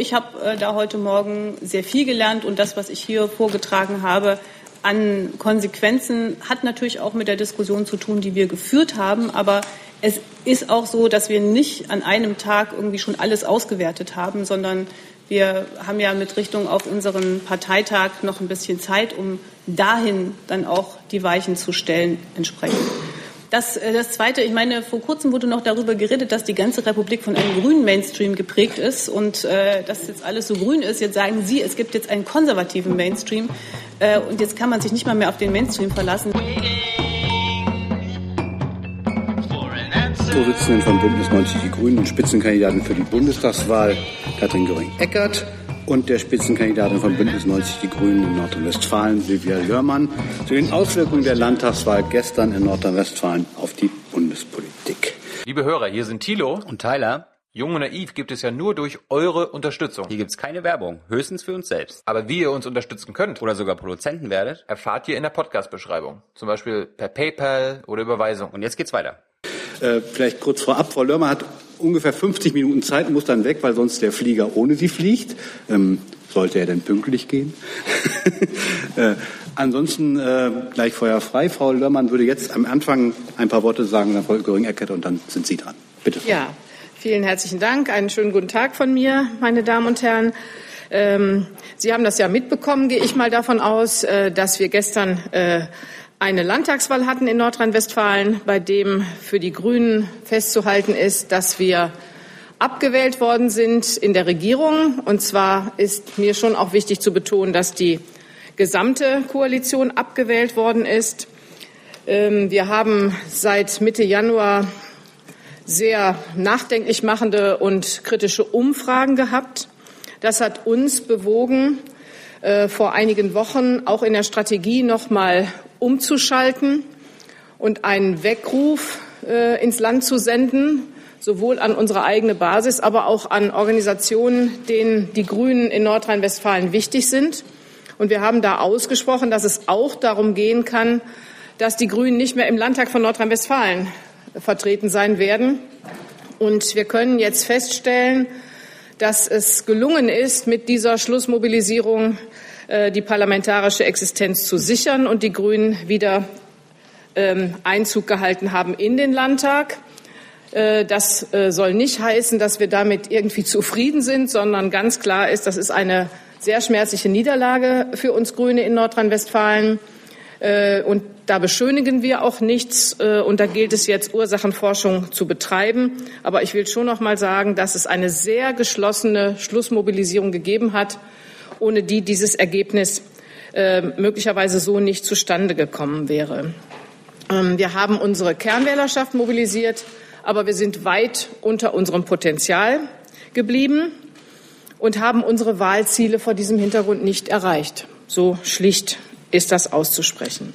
Ich habe da heute Morgen sehr viel gelernt und das, was ich hier vorgetragen habe, an Konsequenzen, hat natürlich auch mit der Diskussion zu tun, die wir geführt haben. Aber es ist auch so, dass wir nicht an einem Tag irgendwie schon alles ausgewertet haben, sondern wir haben ja mit Richtung auf unseren Parteitag noch ein bisschen Zeit, um dahin dann auch die Weichen zu stellen entsprechend. Das Zweite, ich meine, vor kurzem wurde noch darüber geredet, dass die ganze Republik von einem grünen Mainstream geprägt ist und dass jetzt alles so grün ist. Jetzt sagen Sie, es gibt jetzt einen konservativen Mainstream und jetzt kann man sich nicht mal mehr auf den Mainstream verlassen. Vorsitzenden von Bündnis 90 Die Grünen und Spitzenkandidatin für die Bundestagswahl Katrin Göring-Eckardt und der Spitzenkandidatin von Bündnis 90 Die Grünen in Nordrhein-Westfalen, Silvia Jöhrmann, zu den Auswirkungen der Landtagswahl gestern in Nordrhein-Westfalen auf die Bundespolitik. Liebe Hörer, hier sind Thilo und Tyler. Jung und Naiv gibt es ja nur durch eure Unterstützung. Hier gibt es keine Werbung, höchstens für uns selbst. Aber wie ihr uns unterstützen könnt oder sogar Produzenten werdet, erfahrt ihr in der Podcast-Beschreibung. Zum Beispiel per PayPal oder Überweisung. Und jetzt geht's weiter. Vielleicht kurz vorab, Frau Lörmer hat ungefähr 50 Minuten Zeit, muss dann weg, weil sonst der Flieger ohne sie fliegt. Sollte er denn pünktlich gehen? Ansonsten gleich Feuer frei. Frau Lörmann würde jetzt am Anfang ein paar Worte sagen, dann Frau Göring-Eckardt und dann sind Sie dran. Bitte. Ja, vielen herzlichen Dank. Einen schönen guten Tag von mir, meine Damen und Herren. Sie haben das ja mitbekommen, gehe ich mal davon aus, dass wir gestern eine Landtagswahl hatten in Nordrhein-Westfalen, bei dem für die Grünen festzuhalten ist, dass wir abgewählt worden sind in der Regierung. Und zwar ist mir schon auch wichtig zu betonen, dass die gesamte Koalition abgewählt worden ist. Wir haben seit Mitte Januar sehr nachdenklich machende und kritische Umfragen gehabt. Das hat uns bewogen, vor einigen Wochen auch in der Strategie noch mal umzuschalten und einen Weckruf ins Land zu senden, sowohl an unsere eigene Basis, aber auch an Organisationen, denen die Grünen in Nordrhein-Westfalen wichtig sind. Und wir haben da ausgesprochen, dass es auch darum gehen kann, dass die Grünen nicht mehr im Landtag von Nordrhein-Westfalen vertreten sein werden. Und wir können jetzt feststellen, dass es gelungen ist, mit dieser Schlussmobilisierung die parlamentarische Existenz zu sichern und die Grünen wieder Einzug gehalten haben in den Landtag. Das soll nicht heißen, dass wir damit irgendwie zufrieden sind, sondern ganz klar ist, das ist eine sehr schmerzliche Niederlage für uns Grüne in Nordrhein-Westfalen. Und da beschönigen wir auch nichts. Und da gilt es jetzt, Ursachenforschung zu betreiben. Aber ich will schon noch mal sagen, dass es eine sehr geschlossene Schlussmobilisierung gegeben hat, ohne die dieses Ergebnis möglicherweise so nicht zustande gekommen wäre. Wir haben unsere Kernwählerschaft mobilisiert, aber wir sind weit unter unserem Potenzial geblieben und haben unsere Wahlziele vor diesem Hintergrund nicht erreicht. So schlicht ist das auszusprechen.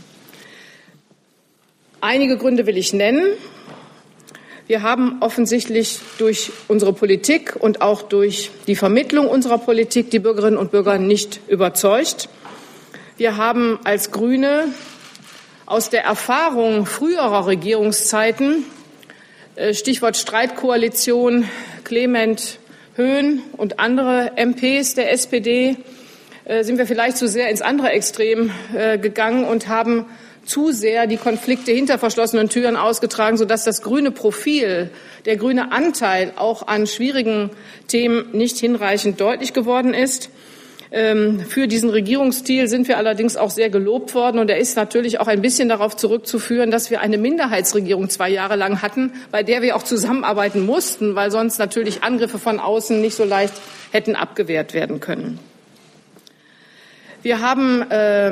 Einige Gründe will ich nennen. Wir haben offensichtlich durch unsere Politik und auch durch die Vermittlung unserer Politik die Bürgerinnen und Bürger nicht überzeugt. Wir haben als Grüne aus der Erfahrung früherer Regierungszeiten, Stichwort Streitkoalition, Clement Höhn und andere MPs der SPD, sind wir vielleicht zu sehr ins andere Extrem gegangen und haben zu sehr die Konflikte hinter verschlossenen Türen ausgetragen, sodass das grüne Profil, der grüne Anteil auch an schwierigen Themen nicht hinreichend deutlich geworden ist. Für diesen Regierungsstil sind wir allerdings auch sehr gelobt worden. Und er ist natürlich auch ein bisschen darauf zurückzuführen, dass wir eine Minderheitsregierung 2 Jahre lang hatten, bei der wir auch zusammenarbeiten mussten, weil sonst natürlich Angriffe von außen nicht so leicht hätten abgewehrt werden können. Wir haben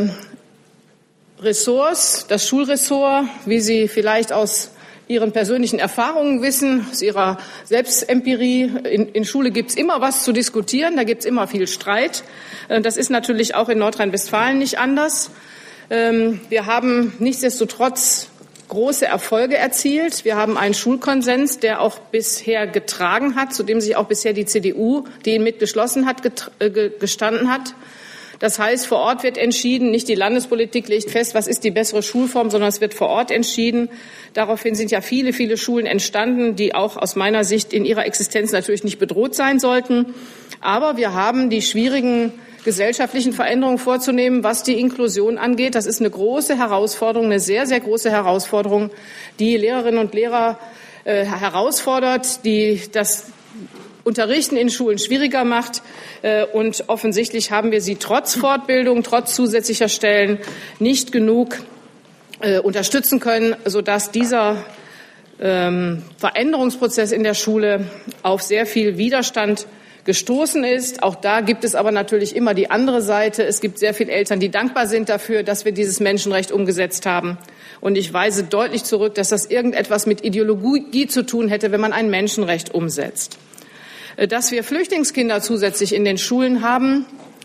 Ressorts, das Schulressort, wie Sie vielleicht aus Ihren persönlichen Erfahrungen wissen, aus Ihrer Selbstempirie. In Schule gibt es immer was zu diskutieren, da gibt es immer viel Streit. Das ist natürlich auch in Nordrhein-Westfalen nicht anders. Wir haben nichtsdestotrotz große Erfolge erzielt. Wir haben einen Schulkonsens, der auch bisher getragen hat, zu dem sich auch bisher die CDU, die ihn mitbeschlossen hat, gestanden hat. Das heißt, vor Ort wird entschieden, nicht die Landespolitik legt fest, was ist die bessere Schulform, sondern es wird vor Ort entschieden. Daraufhin sind ja viele, viele Schulen entstanden, die auch aus meiner Sicht in ihrer Existenz natürlich nicht bedroht sein sollten. Aber wir haben die schwierigen gesellschaftlichen Veränderungen vorzunehmen, was die Inklusion angeht. Das ist eine große Herausforderung, eine sehr, sehr große Herausforderung, die Lehrerinnen und Lehrer herausfordert, die das Unterrichten in Schulen schwieriger macht. Und offensichtlich haben wir sie trotz Fortbildung, trotz zusätzlicher Stellen nicht genug unterstützen können, sodass dieser Veränderungsprozess in der Schule auf sehr viel Widerstand gestoßen ist. Auch da gibt es aber natürlich immer die andere Seite. Es gibt sehr viele Eltern, die dankbar sind dafür, dass wir dieses Menschenrecht umgesetzt haben. Und ich weise deutlich zurück, dass das irgendetwas mit Ideologie zu tun hätte, wenn man ein Menschenrecht umsetzt. Dass wir Flüchtlingskinder zusätzlich in den Schulen haben,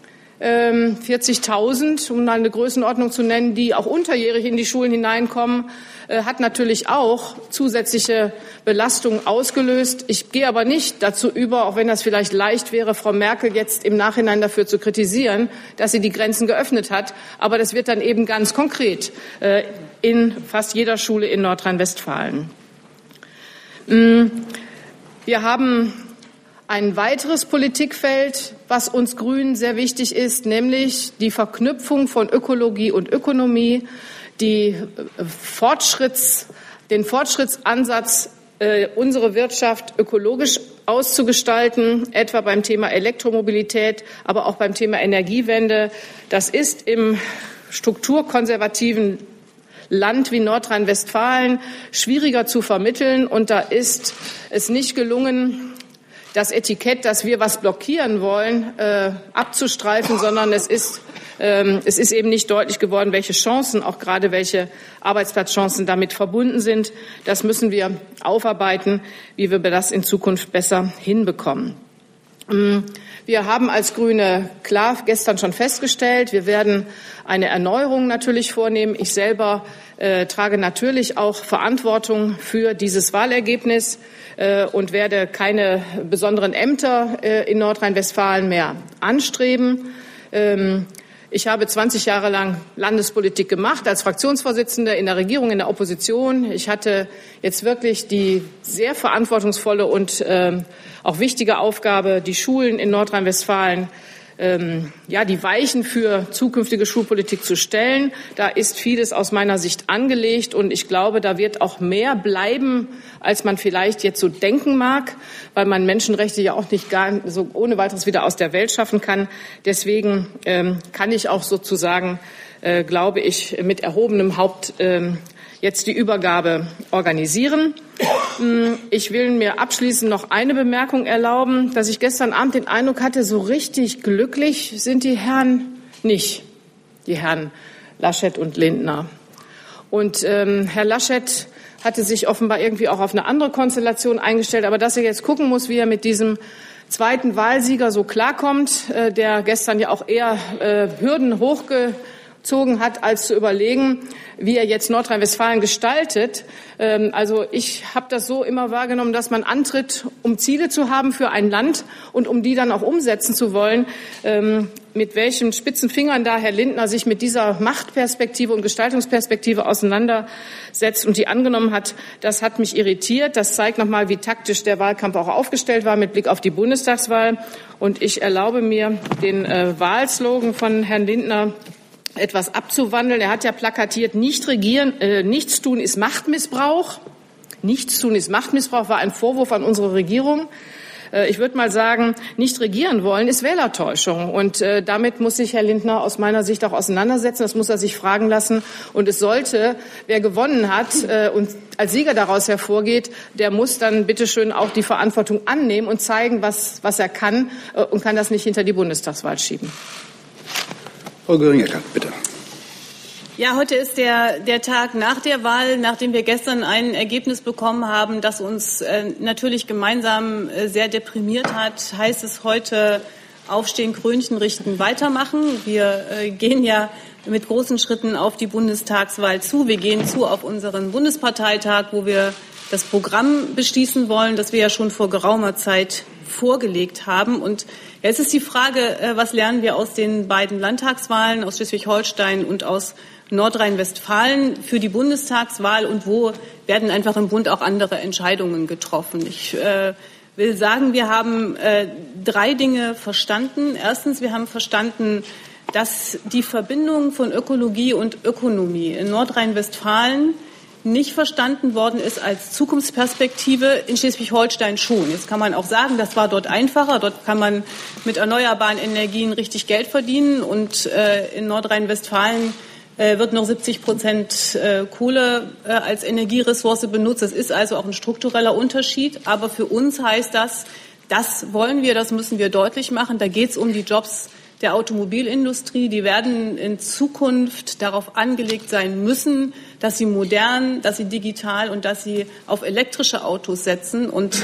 40.000, um mal eine Größenordnung zu nennen, die auch unterjährig in die Schulen hineinkommen, hat natürlich auch zusätzliche Belastungen ausgelöst. Ich gehe aber nicht dazu über, auch wenn das vielleicht leicht wäre, Frau Merkel jetzt im Nachhinein dafür zu kritisieren, dass sie die Grenzen geöffnet hat. Aber das wird dann eben ganz konkret in fast jeder Schule in Nordrhein-Westfalen. Wir haben ein weiteres Politikfeld, was uns Grünen sehr wichtig ist, nämlich die Verknüpfung von Ökologie und Ökonomie, den Fortschrittsansatz, unsere Wirtschaft ökologisch auszugestalten, etwa beim Thema Elektromobilität, aber auch beim Thema Energiewende. Das ist im strukturkonservativen Land wie Nordrhein-Westfalen schwieriger zu vermitteln. Und da ist es nicht gelungen, das Etikett, dass wir was blockieren wollen, abzustreifen, sondern es ist eben nicht deutlich geworden, welche Chancen, auch gerade welche Arbeitsplatzchancen damit verbunden sind. Das müssen wir aufarbeiten, wie wir das in Zukunft besser hinbekommen. Wir haben als Grüne klar gestern schon festgestellt, wir werden eine Erneuerung natürlich vornehmen. Ich selber trage natürlich auch Verantwortung für dieses Wahlergebnis und werde keine besonderen Ämter in Nordrhein-Westfalen mehr anstreben. Ich habe 20 Jahre lang Landespolitik gemacht, als Fraktionsvorsitzende in der Regierung, in der Opposition. Ich hatte jetzt wirklich die sehr verantwortungsvolle und auch wichtige Aufgabe, die Schulen in Nordrhein-Westfalen, die Weichen für zukünftige Schulpolitik zu stellen. Da ist vieles aus meiner Sicht angelegt und ich glaube, da wird auch mehr bleiben, als man vielleicht jetzt so denken mag, weil man Menschenrechte ja auch nicht gar so ohne weiteres wieder aus der Welt schaffen kann. Deswegen kann ich auch sozusagen, glaube ich, mit erhobenem Haupt jetzt die Übergabe organisieren. Ich will mir abschließend noch eine Bemerkung erlauben, dass ich gestern Abend den Eindruck hatte, so richtig glücklich sind die Herren nicht, die Herren Laschet und Lindner. Und Herr Laschet hatte sich offenbar irgendwie auch auf eine andere Konstellation eingestellt, aber dass er jetzt gucken muss, wie er mit diesem zweiten Wahlsieger so klarkommt, der gestern ja auch eher Hürden hochgezogen hat, als zu überlegen, wie er jetzt Nordrhein-Westfalen gestaltet. Also ich habe das so immer wahrgenommen, dass man antritt, um Ziele zu haben für ein Land und um die dann auch umsetzen zu wollen. Mit welchen spitzen Fingern da Herr Lindner sich mit dieser Machtperspektive und Gestaltungsperspektive auseinandersetzt und die angenommen hat, das hat mich irritiert. Das zeigt nochmal, wie taktisch der Wahlkampf auch aufgestellt war mit Blick auf die Bundestagswahl. Und ich erlaube mir, den Wahlslogan von Herrn Lindner etwas abzuwandeln. Er hat ja plakatiert, nichts tun ist Machtmissbrauch. Nichts tun ist Machtmissbrauch war ein Vorwurf an unsere Regierung. Ich würde mal sagen, nicht regieren wollen ist Wählertäuschung. Und damit muss sich Herr Lindner aus meiner Sicht auch auseinandersetzen. Das muss er sich fragen lassen. Und es sollte, wer gewonnen hat und als Sieger daraus hervorgeht, der muss dann bitteschön auch die Verantwortung annehmen und zeigen, was er kann und kann das nicht hinter die Bundestagswahl schieben. Frau Göring-Eckardt, bitte. Ja, heute ist der Tag nach der Wahl, nachdem wir gestern ein Ergebnis bekommen haben, das uns natürlich gemeinsam sehr deprimiert hat, heißt es heute aufstehen, Krönchen richten, weitermachen. Wir gehen ja mit großen Schritten auf die Bundestagswahl zu. Wir gehen zu auf unseren Bundesparteitag, wo wir das Programm beschließen wollen, das wir ja schon vor geraumer Zeit vorgelegt haben. Und jetzt ist die Frage, was lernen wir aus den beiden Landtagswahlen, aus Schleswig-Holstein und aus Nordrhein-Westfalen für die Bundestagswahl und wo werden einfach im Bund auch andere Entscheidungen getroffen. Ich will sagen, wir haben 3 Dinge verstanden. Erstens, wir haben verstanden, dass die Verbindung von Ökologie und Ökonomie in Nordrhein-Westfalen nicht verstanden worden ist als Zukunftsperspektive, in Schleswig-Holstein schon. Jetzt kann man auch sagen, das war dort einfacher. Dort kann man mit erneuerbaren Energien richtig Geld verdienen. Und in Nordrhein-Westfalen wird noch 70% Kohle als Energieressource benutzt. Das ist also auch ein struktureller Unterschied. Aber für uns heißt das wollen wir, das müssen wir deutlich machen. Da geht es um die Jobs der Automobilindustrie. Die werden in Zukunft darauf angelegt sein müssen, dass sie modern, dass sie digital und dass sie auf elektrische Autos setzen. Und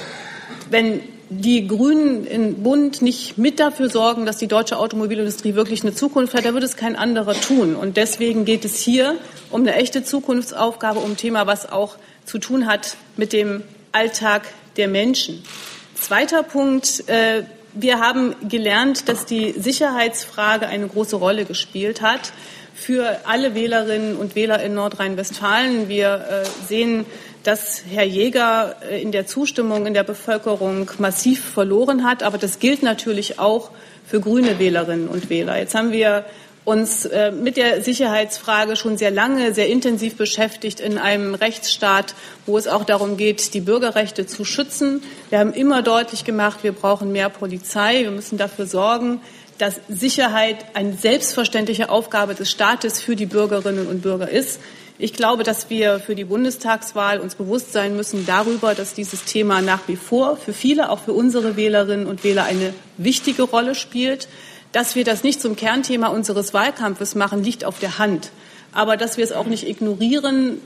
wenn die Grünen im Bund nicht mit dafür sorgen, dass die deutsche Automobilindustrie wirklich eine Zukunft hat, dann wird es kein anderer tun. Und deswegen geht es hier um eine echte Zukunftsaufgabe, um ein Thema, was auch zu tun hat mit dem Alltag der Menschen. Zweiter Punkt. Wir haben gelernt, dass die Sicherheitsfrage eine große Rolle gespielt hat für alle Wählerinnen und Wähler in Nordrhein-Westfalen. Wir sehen, dass Herr Jäger in der Zustimmung in der Bevölkerung massiv verloren hat. Aber das gilt natürlich auch für grüne Wählerinnen und Wähler. Jetzt haben wir uns mit der Sicherheitsfrage schon sehr lange, sehr intensiv beschäftigt in einem Rechtsstaat, wo es auch darum geht, die Bürgerrechte zu schützen. Wir haben immer deutlich gemacht, wir brauchen mehr Polizei. Wir müssen dafür sorgen, dass Sicherheit eine selbstverständliche Aufgabe des Staates für die Bürgerinnen und Bürger ist. Ich glaube, dass wir für die Bundestagswahl uns bewusst sein müssen darüber, dass dieses Thema nach wie vor für viele, auch für unsere Wählerinnen und Wähler, eine wichtige Rolle spielt. Dass wir das nicht zum Kernthema unseres Wahlkampfes machen, liegt auf der Hand. Aber dass wir es auch nicht ignorieren,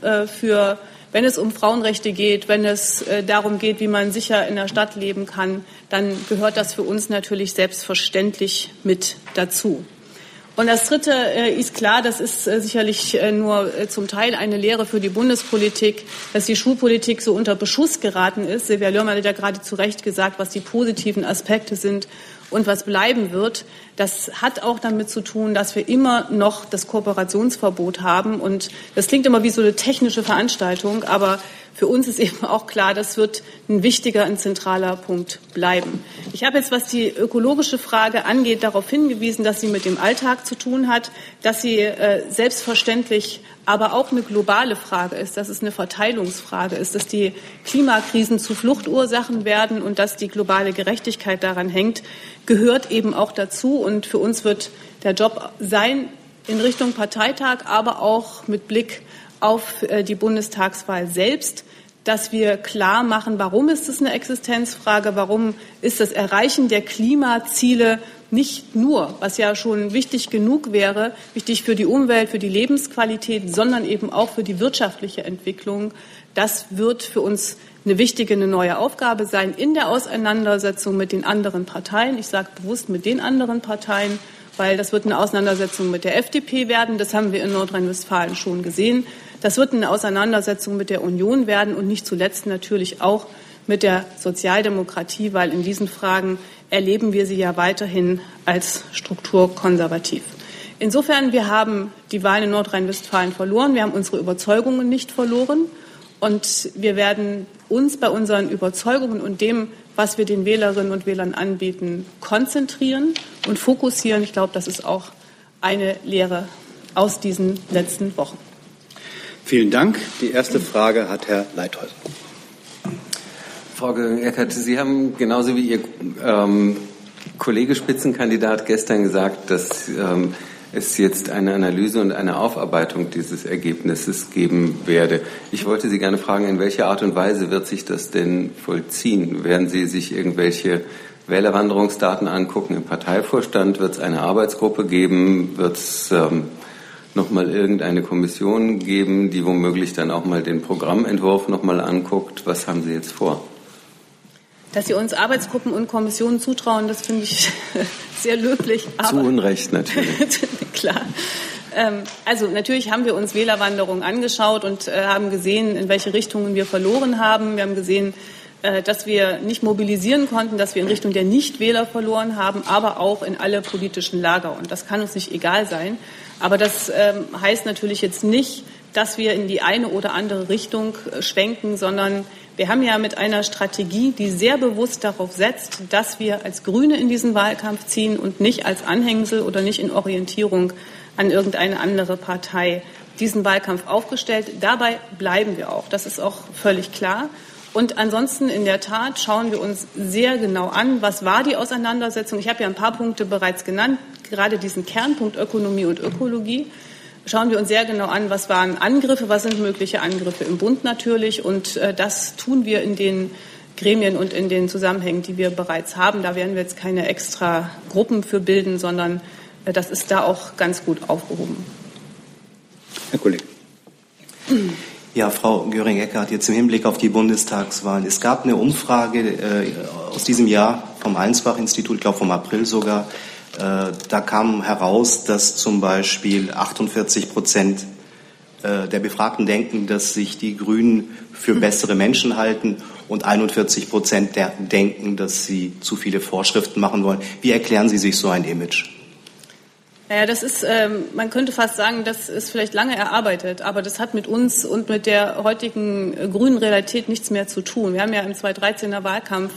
wenn es um Frauenrechte geht, wenn es darum geht, wie man sicher in der Stadt leben kann, dann gehört das für uns natürlich selbstverständlich mit dazu. Und das Dritte ist klar, das ist sicherlich nur zum Teil eine Lehre für die Bundespolitik, dass die Schulpolitik so unter Beschuss geraten ist. Silvia Lörmann hat ja gerade zu Recht gesagt, was die positiven Aspekte sind und was bleiben wird. Das hat auch damit zu tun, dass wir immer noch das Kooperationsverbot haben. Und das klingt immer wie so eine technische Veranstaltung, aber für uns ist eben auch klar, das wird ein wichtiger, ein zentraler Punkt bleiben. Ich habe jetzt, was die ökologische Frage angeht, darauf hingewiesen, dass sie mit dem Alltag zu tun hat, dass sie selbstverständlich aber auch eine globale Frage ist, dass es eine Verteilungsfrage ist, dass die Klimakrisen zu Fluchtursachen werden und dass die globale Gerechtigkeit daran hängt, gehört eben auch dazu. Und für uns wird der Job sein, in Richtung Parteitag, aber auch mit Blick auf die Bundestagswahl selbst, dass wir klar machen, warum ist es eine Existenzfrage, warum ist das Erreichen der Klimaziele nicht nur, was ja schon wichtig genug wäre, wichtig für die Umwelt, für die Lebensqualität, sondern eben auch für die wirtschaftliche Entwicklung. Das wird für uns eine wichtige, eine neue Aufgabe sein in der Auseinandersetzung mit den anderen Parteien. Ich sage bewusst mit den anderen Parteien, weil das wird eine Auseinandersetzung mit der FDP werden. Das haben wir in Nordrhein-Westfalen schon gesehen. Das wird eine Auseinandersetzung mit der Union werden und nicht zuletzt natürlich auch mit der Sozialdemokratie, weil in diesen Fragen erleben wir sie ja weiterhin als strukturkonservativ. Insofern, wir haben die Wahlen in Nordrhein-Westfalen verloren. Wir haben unsere Überzeugungen nicht verloren. Und wir werden uns bei unseren Überzeugungen und dem, was wir den Wählerinnen und Wählern anbieten, konzentrieren und fokussieren. Ich glaube, das ist auch eine Lehre aus diesen letzten Wochen. Vielen Dank. Die erste Frage hat Herr Leithäuser. Frau Göring-Eckardt, Sie haben genauso wie Ihr Kollege Spitzenkandidat gestern gesagt, dass es jetzt eine Analyse und eine Aufarbeitung dieses Ergebnisses geben werde. Ich wollte Sie gerne fragen, in welcher Art und Weise wird sich das denn vollziehen? Werden Sie sich irgendwelche Wählerwanderungsdaten angucken im Parteivorstand? Wird es eine Arbeitsgruppe geben? Wird es noch mal irgendeine Kommission geben, die womöglich dann auch mal den Programmentwurf noch mal anguckt? Was haben Sie jetzt vor? Dass Sie uns Arbeitsgruppen und Kommissionen zutrauen, das finde ich sehr löblich. Aber zu Unrecht natürlich. Klar. Also natürlich haben wir uns Wählerwanderungen angeschaut und haben gesehen, in welche Richtungen wir verloren haben. Wir haben gesehen, dass wir nicht mobilisieren konnten, dass wir in Richtung der Nichtwähler verloren haben, aber auch in alle politischen Lager. Und das kann uns nicht egal sein. Aber das heißt natürlich jetzt nicht, dass wir in die eine oder andere Richtung schwenken, sondern wir haben ja mit einer Strategie, die sehr bewusst darauf setzt, dass wir als Grüne in diesen Wahlkampf ziehen und nicht als Anhängsel oder nicht in Orientierung an irgendeine andere Partei diesen Wahlkampf aufgestellt. Dabei bleiben wir auch. Das ist auch völlig klar. Und ansonsten in der Tat schauen wir uns sehr genau an, was war die Auseinandersetzung. Ich habe ja ein paar Punkte bereits genannt, gerade diesen Kernpunkt Ökonomie und Ökologie. Schauen wir uns sehr genau an, was waren Angriffe, was sind mögliche Angriffe im Bund natürlich. Und das tun wir in den Gremien und in den Zusammenhängen, die wir bereits haben. Da werden wir jetzt keine extra Gruppen für bilden, sondern das ist da auch ganz gut aufgehoben. Herr Kollege. Ja, Frau Göring-Eckardt, jetzt im Hinblick auf die Bundestagswahlen. Es gab eine Umfrage aus diesem Jahr vom Allensbach-Institut, ich glaube vom April sogar. Da kam heraus, dass zum Beispiel 48% der Befragten denken, dass sich die Grünen für bessere Menschen halten und 41% denken, dass sie zu viele Vorschriften machen wollen. Wie erklären Sie sich so ein Image? Naja, das ist, man könnte fast sagen, das ist vielleicht lange erarbeitet, aber das hat mit uns und mit der heutigen grünen Realität nichts mehr zu tun. Wir haben ja im 2013er Wahlkampf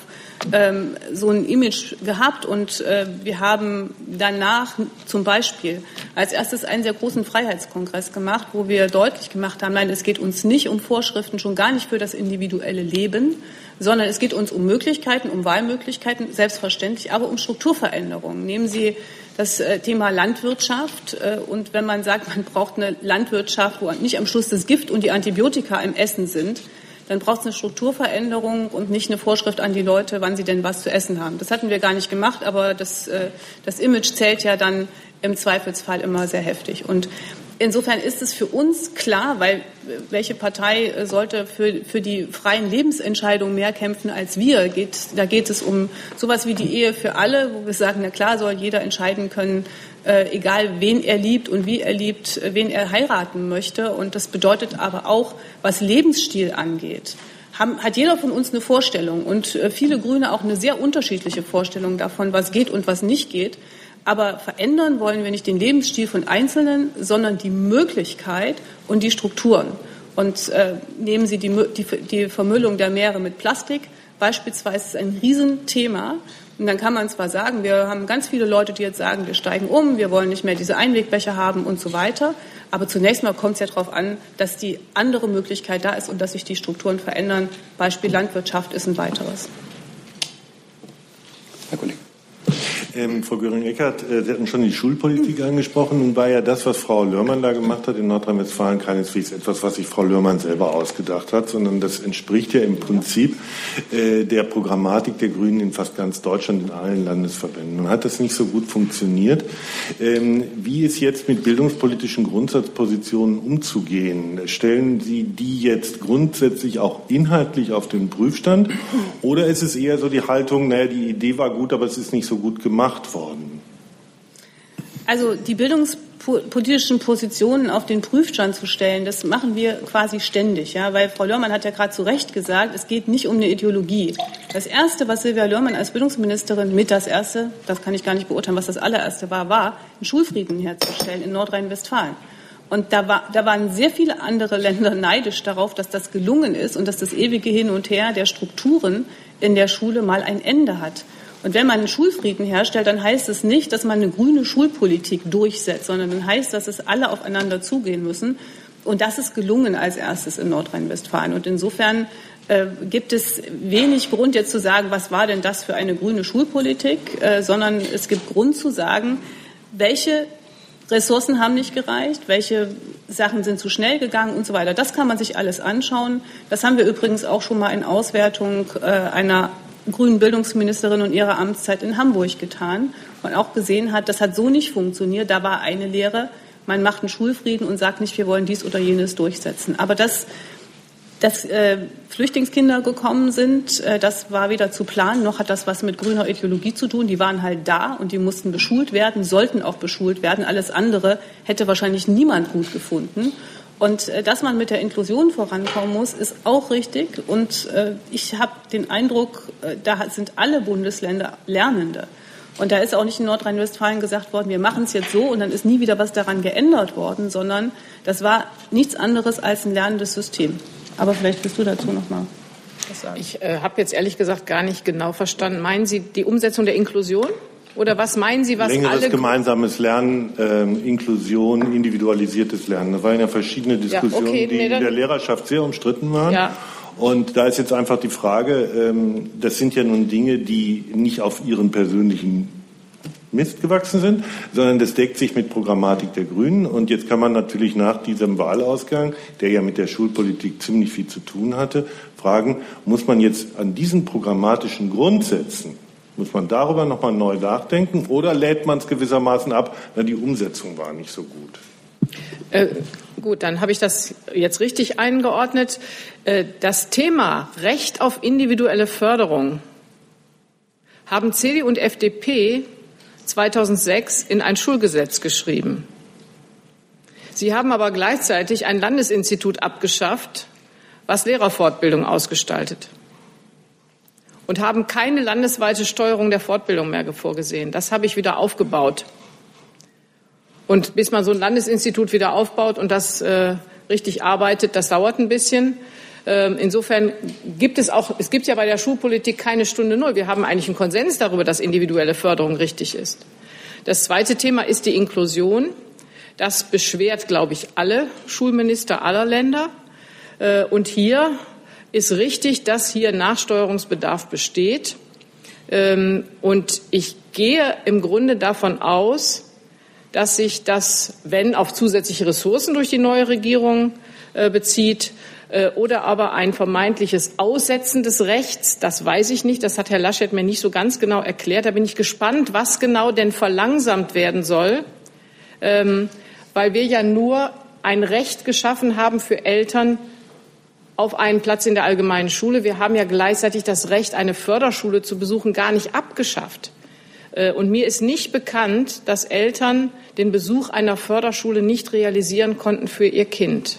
so ein Image gehabt und wir haben danach zum Beispiel als erstes einen sehr großen Freiheitskongress gemacht, wo wir deutlich gemacht haben, nein, es geht uns nicht um Vorschriften, schon gar nicht für das individuelle Leben, sondern es geht uns um Möglichkeiten, um Wahlmöglichkeiten, selbstverständlich, aber um Strukturveränderungen. Nehmen Sie das Thema Landwirtschaft. Und wenn man sagt, man braucht eine Landwirtschaft, wo nicht am Schluss das Gift und die Antibiotika im Essen sind, dann braucht es eine Strukturveränderung und nicht eine Vorschrift an die Leute, wann sie denn was zu essen haben. Das hatten wir gar nicht gemacht, aber das Image zählt ja dann im Zweifelsfall immer sehr heftig. Und insofern ist es für uns klar, weil welche Partei sollte für die freien Lebensentscheidungen mehr kämpfen als wir? Da geht es um sowas wie die Ehe für alle, wo wir sagen, na klar soll jeder entscheiden können, egal wen er liebt und wie er liebt, wen er heiraten möchte. Und das bedeutet aber auch, was Lebensstil angeht, hat jeder von uns eine Vorstellung und viele Grüne auch eine sehr unterschiedliche Vorstellung davon, was geht und was nicht geht. Aber verändern wollen wir nicht den Lebensstil von Einzelnen, sondern die Möglichkeit und die Strukturen. Und nehmen Sie die Vermüllung der Meere mit Plastik beispielsweise, ist ein Riesenthema. Und dann kann man zwar sagen, wir haben ganz viele Leute, die jetzt sagen, wir steigen um, wir wollen nicht mehr diese Einwegbecher haben und so weiter. Aber zunächst mal kommt es ja darauf an, dass die andere Möglichkeit da ist und dass sich die Strukturen verändern. Beispiel Landwirtschaft ist ein weiteres. Herr Kollege. Frau Göring-Eckardt, Sie hatten schon die Schulpolitik angesprochen. Nun war ja das, was Frau Lörmann da gemacht hat in Nordrhein-Westfalen, keineswegs etwas, was sich Frau Lörmann selber ausgedacht hat, sondern das entspricht ja im Prinzip der Programmatik der Grünen in fast ganz Deutschland, in allen Landesverbänden. Nun hat das nicht so gut funktioniert. Wie ist jetzt mit bildungspolitischen Grundsatzpositionen umzugehen? Stellen Sie die jetzt grundsätzlich auch inhaltlich auf den Prüfstand? Oder ist es eher so die Haltung, naja, die Idee war gut, aber es ist nicht so gut gemacht worden? Also die bildungspolitischen Positionen auf den Prüfstand zu stellen, das machen wir quasi ständig, ja, weil Frau Lörmann hat ja gerade zu Recht gesagt, es geht nicht um eine Ideologie. Das Erste, was Silvia Lörmann als Bildungsministerin das kann ich gar nicht beurteilen, was das allererste war, einen Schulfrieden herzustellen in Nordrhein-Westfalen. Und da waren sehr viele andere Länder neidisch darauf, dass das gelungen ist und dass das ewige Hin und Her der Strukturen in der Schule mal ein Ende hat. Und wenn man einen Schulfrieden herstellt, dann heißt es nicht, dass man eine grüne Schulpolitik durchsetzt, sondern dann heißt, dass es alle aufeinander zugehen müssen. Und das ist gelungen als erstes in Nordrhein-Westfalen. Und insofern gibt es wenig Grund, jetzt zu sagen, was war denn das für eine grüne Schulpolitik, sondern es gibt Grund zu sagen, welche Ressourcen haben nicht gereicht, welche Sachen sind zu schnell gegangen und so weiter. Das kann man sich alles anschauen. Das haben wir übrigens auch schon mal in Auswertung einer grünen Bildungsministerin und ihrer Amtszeit in Hamburg getan. Man auch gesehen hat, das hat so nicht funktioniert. Da war eine Lehre, man macht einen Schulfrieden und sagt nicht, wir wollen dies oder jenes durchsetzen. Aber dass Flüchtlingskinder gekommen sind, das war weder zu planen, noch hat das was mit grüner Ideologie zu tun. Die waren halt da und die mussten beschult werden, sollten auch beschult werden. Alles andere hätte wahrscheinlich niemand gut gefunden. Und dass man mit der Inklusion vorankommen muss, ist auch richtig. Und ich habe den Eindruck, da sind alle Bundesländer Lernende. Und da ist auch nicht in Nordrhein-Westfalen gesagt worden, wir machen es jetzt so und dann ist nie wieder was daran geändert worden, sondern das war nichts anderes als ein lernendes System. Aber vielleicht willst du dazu noch mal was sagen. Ich habe jetzt ehrlich gesagt gar nicht genau verstanden. Meinen Sie die Umsetzung der Inklusion? Oder was meinen Sie, was längeres alle... gemeinsames Lernen, Inklusion, individualisiertes Lernen. Das waren ja verschiedene Diskussionen, die in der Lehrerschaft sehr umstritten waren. Ja. Und da ist jetzt einfach die Frage, das sind ja nun Dinge, die nicht auf ihren persönlichen Mist gewachsen sind, sondern das deckt sich mit Programmatik der Grünen. Und jetzt kann man natürlich nach diesem Wahlausgang, der ja mit der Schulpolitik ziemlich viel zu tun hatte, fragen, muss man jetzt an diesen programmatischen Grundsätzen, muss man darüber nochmal neu nachdenken oder lädt man es gewissermaßen ab, weil die Umsetzung war nicht so gut? Gut, dann habe ich das jetzt richtig eingeordnet. Das Thema Recht auf individuelle Förderung haben CDU und FDP 2006 in ein Schulgesetz geschrieben. Sie haben aber gleichzeitig ein Landesinstitut abgeschafft, was Lehrerfortbildung ausgestaltet. Und haben keine landesweite Steuerung der Fortbildung mehr vorgesehen. Das habe ich wieder aufgebaut. Und bis man so ein Landesinstitut wieder aufbaut und das richtig arbeitet, das dauert ein bisschen. Insofern gibt es ja bei der Schulpolitik keine Stunde Null. Wir haben eigentlich einen Konsens darüber, dass individuelle Förderung richtig ist. Das zweite Thema ist die Inklusion. Das beschwert, glaube ich, alle Schulminister aller Länder. Und hier ist richtig, dass hier Nachsteuerungsbedarf besteht. Und ich gehe im Grunde davon aus, dass sich das, wenn auf zusätzliche Ressourcen durch die neue Regierung bezieht, oder aber ein vermeintliches Aussetzen des Rechts, das weiß ich nicht, das hat Herr Laschet mir nicht so ganz genau erklärt. Da bin ich gespannt, was genau denn verlangsamt werden soll, weil wir ja nur ein Recht geschaffen haben für Eltern auf einen Platz in der allgemeinen Schule. Wir haben ja gleichzeitig das Recht, eine Förderschule zu besuchen, gar nicht abgeschafft. Und mir ist nicht bekannt, dass Eltern den Besuch einer Förderschule nicht realisieren konnten für ihr Kind.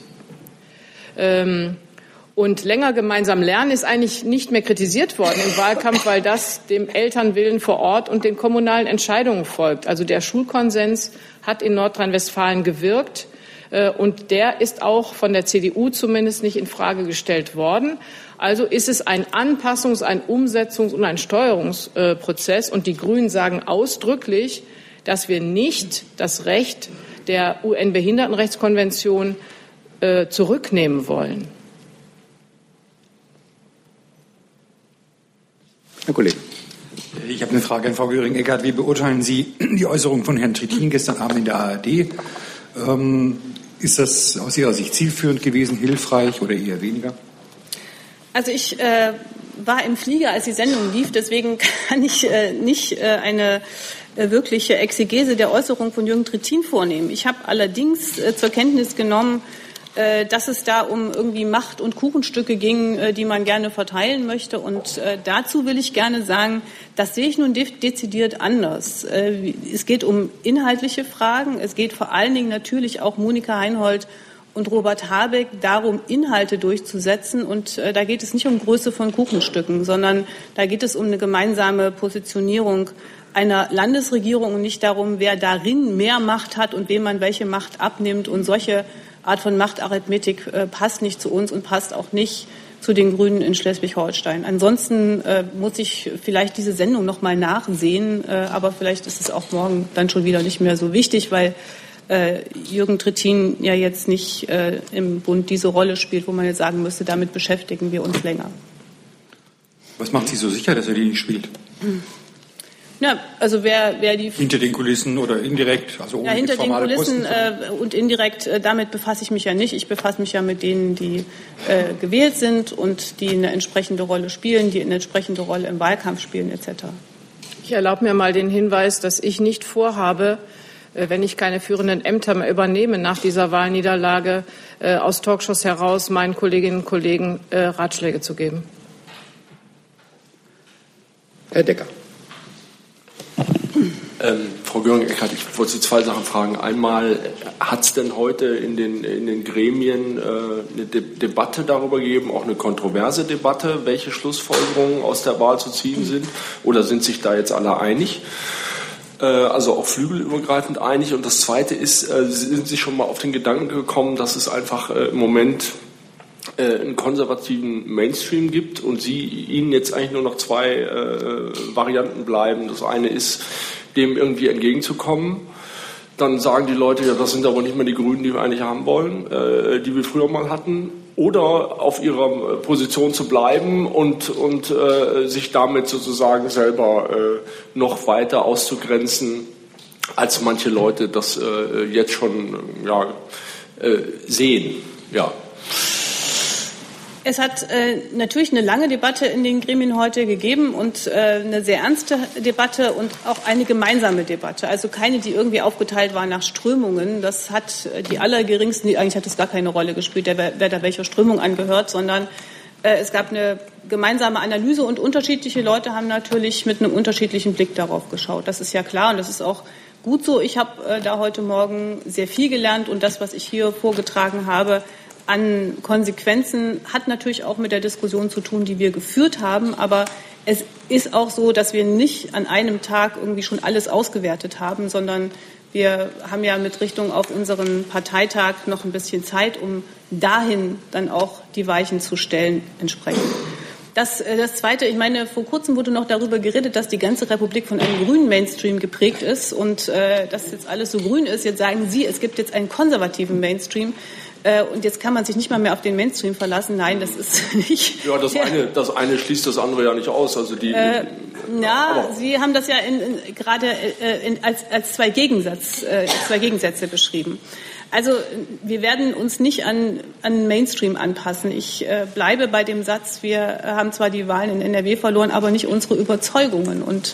Und länger gemeinsam lernen ist eigentlich nicht mehr kritisiert worden im Wahlkampf, weil das dem Elternwillen vor Ort und den kommunalen Entscheidungen folgt. Also der Schulkonsens hat in Nordrhein-Westfalen gewirkt. Und der ist auch von der CDU zumindest nicht in Frage gestellt worden. Also ist es ein Anpassungs-, ein Umsetzungs- und ein Steuerungsprozess. Und die Grünen sagen ausdrücklich, dass wir nicht das Recht der UN-Behindertenrechtskonvention zurücknehmen wollen. Herr Kollege. Ich habe eine Frage an Frau Göring-Eckardt. Wie beurteilen Sie die Äußerung von Herrn Trittin gestern Abend in der ARD? Ist das aus Ihrer Sicht zielführend gewesen, hilfreich oder eher weniger? Also ich war im Flieger, als die Sendung lief, deswegen kann ich nicht eine wirkliche Exegese der Äußerung von Jürgen Trittin vornehmen. Ich habe allerdings zur Kenntnis genommen, dass es da um irgendwie Macht- und Kuchenstücke ging, die man gerne verteilen möchte. Und dazu will ich gerne sagen, das sehe ich nun dezidiert anders. Es geht um inhaltliche Fragen. Es geht vor allen Dingen natürlich auch Monika Heinhold und Robert Habeck darum, Inhalte durchzusetzen. Und da geht es nicht um Größe von Kuchenstücken, sondern da geht es um eine gemeinsame Positionierung einer Landesregierung und nicht darum, wer darin mehr Macht hat und wem man welche Macht abnimmt. Und solche Art von Machtarithmetik passt nicht zu uns und passt auch nicht zu den Grünen in Schleswig-Holstein. Ansonsten muss ich vielleicht diese Sendung noch mal nachsehen, aber vielleicht ist es auch morgen dann schon wieder nicht mehr so wichtig, weil Jürgen Trittin ja jetzt nicht im Bund diese Rolle spielt, wo man jetzt sagen müsste, damit beschäftigen wir uns länger. Was macht Sie so sicher, dass er die nicht spielt? Ja, also wer die hinter den Kulissen oder indirekt, also ohne hinter den Kulissen Posten, und indirekt, damit befasse ich mich ja nicht. Ich befasse mich ja mit denen, die gewählt sind und die eine entsprechende Rolle spielen, die eine entsprechende Rolle im Wahlkampf spielen etc. Ich erlaube mir mal den Hinweis, dass ich nicht vorhabe, wenn ich keine führenden Ämter mehr übernehme nach dieser Wahlniederlage, aus Talkshows heraus meinen Kolleginnen und Kollegen Ratschläge zu geben. Herr Decker. Frau Göring-Eckardt, ich wollte Sie zwei Sachen fragen. Einmal, hat es denn heute in den Gremien eine Debatte darüber gegeben, auch eine kontroverse Debatte, welche Schlussfolgerungen aus der Wahl zu ziehen sind? Oder sind sich da jetzt alle einig? Also auch flügelübergreifend einig. Und das Zweite ist, sind Sie schon mal auf den Gedanken gekommen, dass es einfach im Moment einen konservativen Mainstream gibt und Ihnen jetzt eigentlich nur noch zwei Varianten bleiben. Das eine ist, dem irgendwie entgegenzukommen. Dann sagen die Leute, ja, das sind aber nicht mehr die Grünen, die wir eigentlich haben wollen, die wir früher mal hatten. Oder auf ihrer Position zu bleiben und sich damit sozusagen selber noch weiter auszugrenzen, als manche Leute das jetzt schon sehen. Ja. Es hat natürlich eine lange Debatte in den Gremien heute gegeben und eine sehr ernste Debatte und auch eine gemeinsame Debatte. Also keine, die irgendwie aufgeteilt war nach Strömungen. Das hat die allergeringsten, eigentlich hat es gar keine Rolle gespielt, wer da welcher Strömung angehört, sondern es gab eine gemeinsame Analyse und unterschiedliche Leute haben natürlich mit einem unterschiedlichen Blick darauf geschaut. Das ist ja klar und das ist auch gut so. Ich habe da heute Morgen sehr viel gelernt und das, was ich hier vorgetragen habe, an Konsequenzen hat natürlich auch mit der Diskussion zu tun, die wir geführt haben. Aber es ist auch so, dass wir nicht an einem Tag irgendwie schon alles ausgewertet haben, sondern wir haben ja mit Richtung auf unseren Parteitag noch ein bisschen Zeit, um dahin dann auch die Weichen zu stellen entsprechend. Das Zweite, ich meine, vor kurzem wurde noch darüber geredet, dass die ganze Republik von einem grünen Mainstream geprägt ist und dass jetzt alles so grün ist. Jetzt sagen Sie, es gibt jetzt einen konservativen Mainstream. Und jetzt kann man sich nicht mal mehr auf den Mainstream verlassen. Nein, das ist nicht. Ja, das eine schließt das andere ja nicht aus. Also Sie haben das ja gerade als zwei Gegensätze beschrieben. Also wir werden uns nicht an Mainstream anpassen. Ich bleibe bei dem Satz, wir haben zwar die Wahlen in NRW verloren, aber nicht unsere Überzeugungen. Und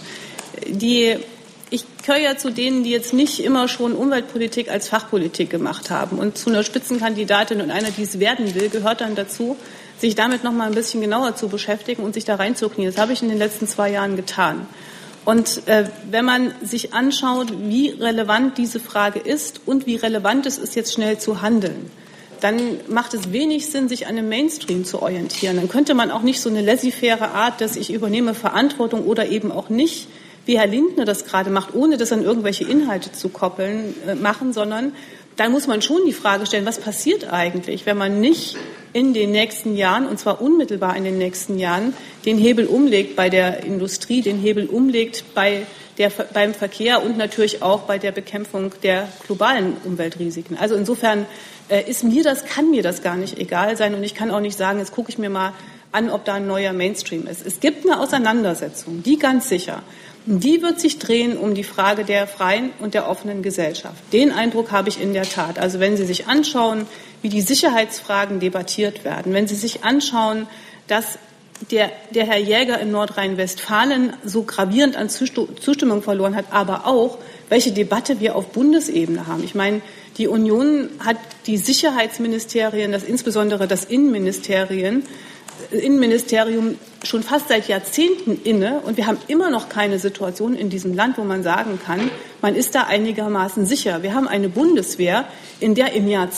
ich gehöre ja zu denen, die jetzt nicht immer schon Umweltpolitik als Fachpolitik gemacht haben. Und zu einer Spitzenkandidatin und einer, die es werden will, gehört dann dazu, sich damit noch mal ein bisschen genauer zu beschäftigen und sich da reinzuknien. Das habe ich in den letzten 2 Jahren getan. Und wenn man sich anschaut, wie relevant diese Frage ist und wie relevant es ist, jetzt schnell zu handeln, dann macht es wenig Sinn, sich an einem Mainstream zu orientieren. Dann könnte man auch nicht so eine laissez-faire Art, dass ich übernehme Verantwortung oder eben auch nicht, wie Herr Lindner das gerade macht, ohne das an irgendwelche Inhalte zu koppeln, machen, sondern da muss man schon die Frage stellen, was passiert eigentlich, wenn man nicht in den nächsten Jahren, und zwar unmittelbar in den nächsten Jahren, den Hebel umlegt bei der Industrie, den Hebel umlegt beim Verkehr und natürlich auch bei der Bekämpfung der globalen Umweltrisiken. Also insofern kann mir das gar nicht egal sein und ich kann auch nicht sagen, jetzt gucke ich mir mal an, ob da ein neuer Mainstream ist. Es gibt eine Auseinandersetzung, die ganz sicher. Die wird sich drehen um die Frage der freien und der offenen Gesellschaft. Den Eindruck habe ich in der Tat. Also wenn Sie sich anschauen, wie die Sicherheitsfragen debattiert werden, wenn Sie sich anschauen, dass der Herr Jäger in Nordrhein-Westfalen so gravierend an Zustimmung verloren hat, aber auch, welche Debatte wir auf Bundesebene haben. Ich meine, die Union hat die Sicherheitsministerien, insbesondere das Innenministerium schon fast seit Jahrzehnten inne und wir haben immer noch keine Situation in diesem Land, wo man sagen kann, man ist da einigermaßen sicher. Wir haben eine Bundeswehr, in der im Jahr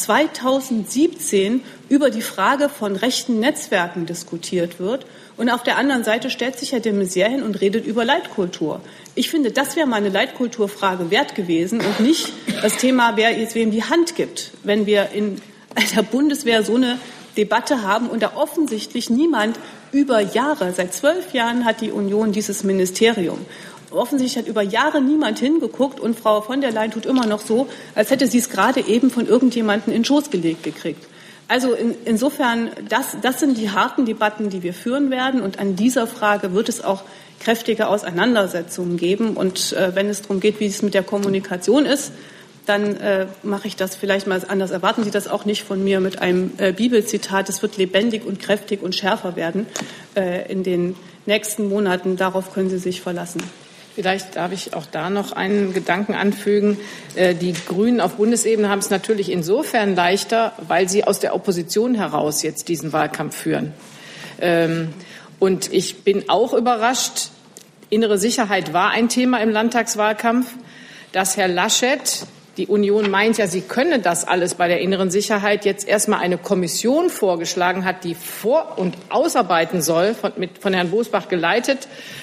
2017 über die Frage von rechten Netzwerken diskutiert wird und auf der anderen Seite stellt sich Herr de Maizière hin und redet über Leitkultur. Ich finde, das wäre mal eine Leitkulturfrage wert gewesen und nicht das Thema, wer jetzt wem die Hand gibt, wenn wir in der Bundeswehr so eine Debatte haben und da offensichtlich niemand über Jahre, seit 12 Jahren hat die Union dieses Ministerium. Offensichtlich hat über Jahre niemand hingeguckt und Frau von der Leyen tut immer noch so, als hätte sie es gerade eben von irgendjemandem in den Schoß gelegt gekriegt. Also insofern, das sind die harten Debatten, die wir führen werden und an dieser Frage wird es auch kräftige Auseinandersetzungen geben und wenn es darum geht, wie es mit der Kommunikation ist, dann mache ich das vielleicht mal anders. Erwarten Sie das auch nicht von mir mit einem Bibelzitat. Es wird lebendig und kräftig und schärfer werden in den nächsten Monaten. Darauf können Sie sich verlassen. Vielleicht darf ich auch da noch einen Gedanken anfügen. Die Grünen auf Bundesebene haben es natürlich insofern leichter, weil sie aus der Opposition heraus jetzt diesen Wahlkampf führen. Und ich bin auch überrascht, Innere Sicherheit war ein Thema im Landtagswahlkampf. Dass Herr Laschet, die Union meint ja, sie könne das alles bei der inneren Sicherheit, jetzt erstmal eine Kommission vorgeschlagen hat, die vor- und ausarbeiten soll, von Herrn Bosbach geleitet,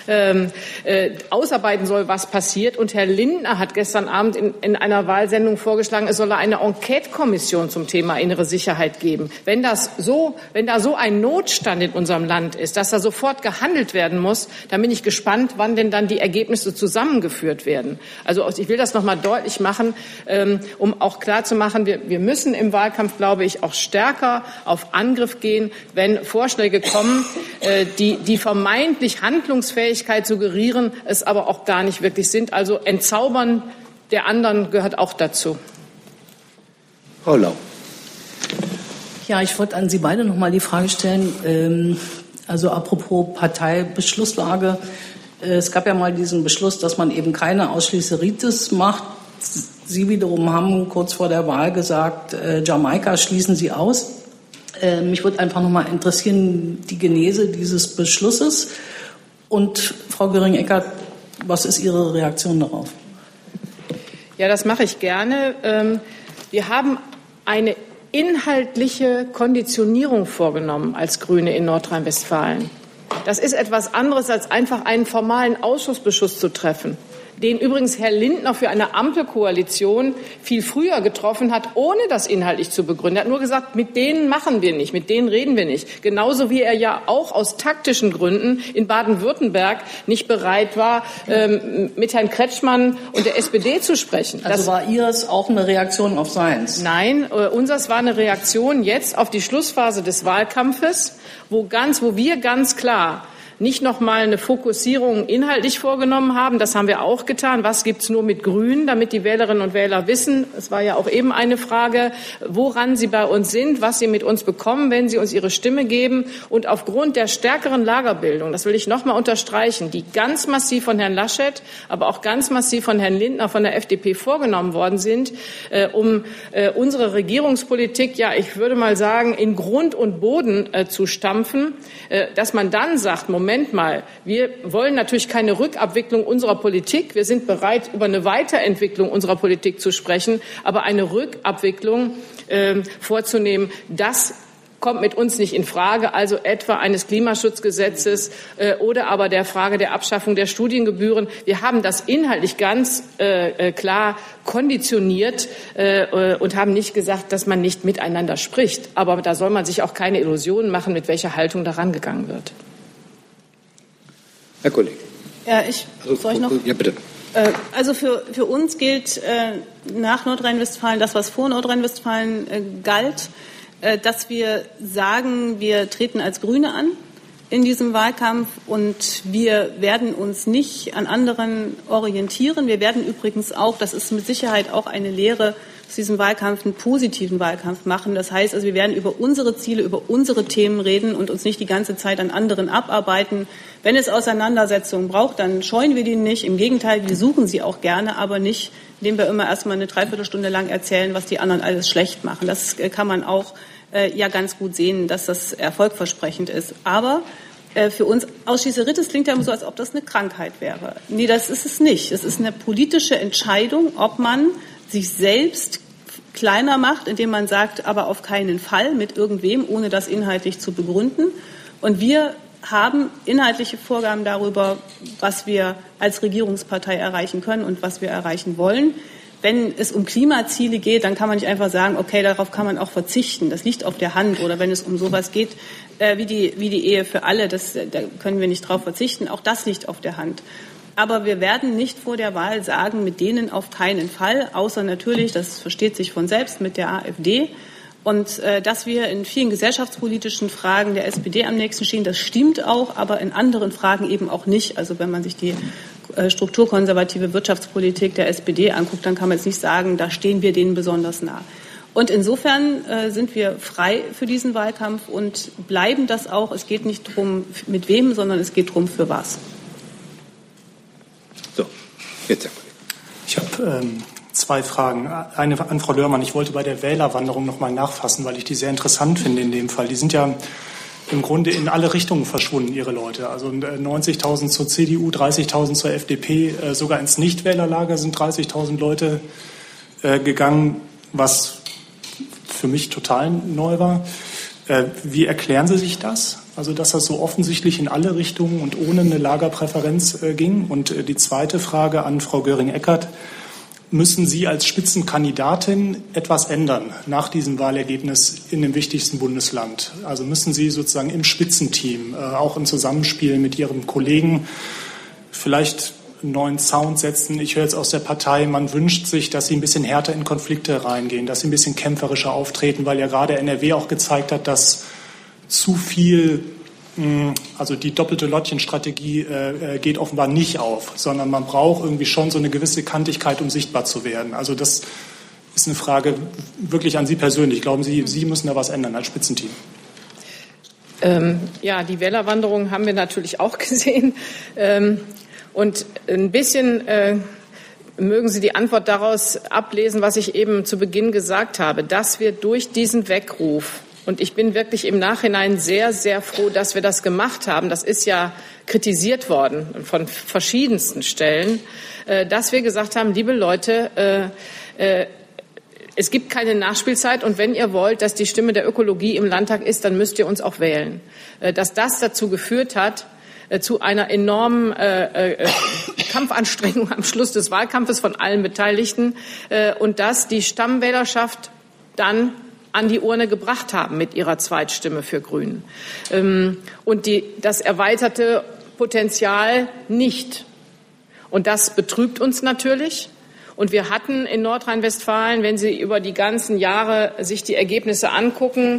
ausarbeiten soll, was passiert. Und Herr Lindner hat gestern Abend in einer Wahlsendung vorgeschlagen, es solle eine Enquete-Kommission zum Thema innere Sicherheit geben. Wenn da so ein Notstand in unserem Land ist, dass da sofort gehandelt werden muss, dann bin ich gespannt, wann denn dann die Ergebnisse zusammengeführt werden. Also ich will das noch mal deutlich machen, um auch klarzumachen, wir müssen im Wahlkampf, glaube ich, auch stärker auf Angriff gehen, wenn Vorschläge kommen, die vermeintlich Handlungsfähigkeit suggerieren, es aber auch gar nicht wirklich sind. Also Entzaubern der anderen gehört auch dazu. Frau Lau. Ja, ich wollte an Sie beide noch mal die Frage stellen, also apropos Parteibeschlusslage. Es gab ja mal diesen Beschluss, dass man eben keine Ausschließeritis macht. Sie wiederum haben kurz vor der Wahl gesagt, Jamaika schließen Sie aus. Mich würde einfach noch mal interessieren, die Genese dieses Beschlusses. Und Frau Göring-Eckardt, was ist Ihre Reaktion darauf? Ja, das mache ich gerne. Wir haben eine inhaltliche Konditionierung vorgenommen als Grüne in Nordrhein-Westfalen. Das ist etwas anderes, als einfach einen formalen Ausschussbeschluss zu treffen, den übrigens Herr Lindner für eine Ampelkoalition viel früher getroffen hat, ohne das inhaltlich zu begründen. Er hat nur gesagt, mit denen machen wir nicht, mit denen reden wir nicht. Genauso wie er ja auch aus taktischen Gründen in Baden-Württemberg nicht bereit war, mit Herrn Kretschmann und der SPD zu sprechen. Also war Ihres auch eine Reaktion auf seins? Nein, unseres war eine Reaktion jetzt auf die Schlussphase des Wahlkampfes, wo wir ganz klar nicht noch mal eine Fokussierung inhaltlich vorgenommen haben. Das haben wir auch getan. Was gibt's nur mit Grünen, damit die Wählerinnen und Wähler wissen? Es war ja auch eben eine Frage, woran sie bei uns sind, was sie mit uns bekommen, wenn sie uns ihre Stimme geben. Und aufgrund der stärkeren Lagerbildung, das will ich noch mal unterstreichen, die ganz massiv von Herrn Laschet, aber auch ganz massiv von Herrn Lindner von der FDP vorgenommen worden sind, um unsere Regierungspolitik, ja, ich würde mal sagen, in Grund und Boden zu stampfen, dass man dann sagt, Moment mal, wir wollen natürlich keine Rückabwicklung unserer Politik. Wir sind bereit, über eine Weiterentwicklung unserer Politik zu sprechen. Aber eine Rückabwicklung vorzunehmen, das kommt mit uns nicht in Frage, also etwa eines Klimaschutzgesetzes oder aber der Frage der Abschaffung der Studiengebühren. Wir haben das inhaltlich ganz klar konditioniert und haben nicht gesagt, dass man nicht miteinander spricht. Aber da soll man sich auch keine Illusionen machen, mit welcher Haltung daran gegangen wird. Herr Kollege. Ja, soll ich noch? Ja, bitte. Also für uns gilt nach Nordrhein-Westfalen das, was vor Nordrhein-Westfalen galt, dass wir sagen, wir treten als Grüne an in diesem Wahlkampf und wir werden uns nicht an anderen orientieren. Wir werden übrigens auch, das ist mit Sicherheit auch eine Lehre aus diesem Wahlkampf, einen positiven Wahlkampf machen. Das heißt also, wir werden über unsere Ziele, über unsere Themen reden und uns nicht die ganze Zeit an anderen abarbeiten. Wenn es Auseinandersetzungen braucht, dann scheuen wir die nicht. Im Gegenteil, wir suchen sie auch gerne, aber nicht, indem wir immer erstmal eine Dreiviertelstunde lang erzählen, was die anderen alles schlecht machen. Das kann man auch ja ganz gut sehen, dass das erfolgversprechend ist. Aber für uns Ausschließeritis klingt ja immer so, als ob das eine Krankheit wäre. Nee, das ist es nicht. Es ist eine politische Entscheidung, ob man sich selbst kleiner macht, indem man sagt, aber auf keinen Fall mit irgendwem, ohne das inhaltlich zu begründen. Und wir haben inhaltliche Vorgaben darüber, was wir als Regierungspartei erreichen können und was wir erreichen wollen. Wenn es um Klimaziele geht, dann kann man nicht einfach sagen, okay, darauf kann man auch verzichten. Das liegt auf der Hand. Oder wenn es um sowas geht, wie die Ehe für alle, da können wir nicht drauf verzichten. Auch das liegt auf der Hand. Aber wir werden nicht vor der Wahl sagen, mit denen auf keinen Fall, außer natürlich, das versteht sich von selbst, mit der AfD. Und dass wir in vielen gesellschaftspolitischen Fragen der SPD am nächsten stehen, das stimmt auch, aber in anderen Fragen eben auch nicht. Also wenn man sich die strukturkonservative Wirtschaftspolitik der SPD anguckt, dann kann man jetzt nicht sagen, da stehen wir denen besonders nah. Und insofern sind wir frei für diesen Wahlkampf und bleiben das auch. Es geht nicht darum, mit wem, sondern es geht darum, für was. So, jetzt Herr Kollege. Ich habe zwei Fragen. Eine an Frau Lörmann. Ich wollte bei der Wählerwanderung noch mal nachfassen, weil ich die sehr interessant finde in dem Fall. Die sind ja im Grunde in alle Richtungen verschwunden, ihre Leute. Also 90.000 zur CDU, 30.000 zur FDP, sogar ins Nichtwählerlager sind 30.000 Leute gegangen, was für mich total neu war. Wie erklären Sie sich das? Also, dass das so offensichtlich in alle Richtungen und ohne eine Lagerpräferenz ging. Und die zweite Frage an Frau Göring-Eckardt. Müssen Sie als Spitzenkandidatin etwas ändern nach diesem Wahlergebnis in dem wichtigsten Bundesland? Also müssen Sie sozusagen im Spitzenteam, auch im Zusammenspiel mit Ihrem Kollegen, vielleicht einen neuen Sound setzen? Ich höre jetzt aus der Partei, man wünscht sich, dass Sie ein bisschen härter in Konflikte reingehen, dass Sie ein bisschen kämpferischer auftreten, weil ja gerade NRW auch gezeigt hat, dass zu viel, also die doppelte Lottchenstrategie geht offenbar nicht auf, sondern man braucht irgendwie schon so eine gewisse Kantigkeit, um sichtbar zu werden. Also das ist eine Frage wirklich an Sie persönlich. Glauben Sie, Sie müssen da was ändern als Spitzenteam? Ja, die Wählerwanderung haben wir natürlich auch gesehen. Und ein bisschen mögen Sie die Antwort daraus ablesen, was ich eben zu Beginn gesagt habe, dass wir durch diesen Weckruf, und ich bin wirklich im Nachhinein sehr, sehr froh, dass wir das gemacht haben. Das ist ja kritisiert worden von verschiedensten Stellen, dass wir gesagt haben, liebe Leute, es gibt keine Nachspielzeit und wenn ihr wollt, dass die Stimme der Ökologie im Landtag ist, dann müsst ihr uns auch wählen. Dass das dazu geführt hat, zu einer enormen Kampfanstrengung am Schluss des Wahlkampfes von allen Beteiligten und dass die Stammwählerschaft dann an die Urne gebracht haben mit ihrer Zweitstimme für Grünen. Und das erweiterte Potenzial nicht. Und das betrübt uns natürlich. Und wir hatten in Nordrhein-Westfalen, wenn Sie über die ganzen Jahre sich die Ergebnisse angucken,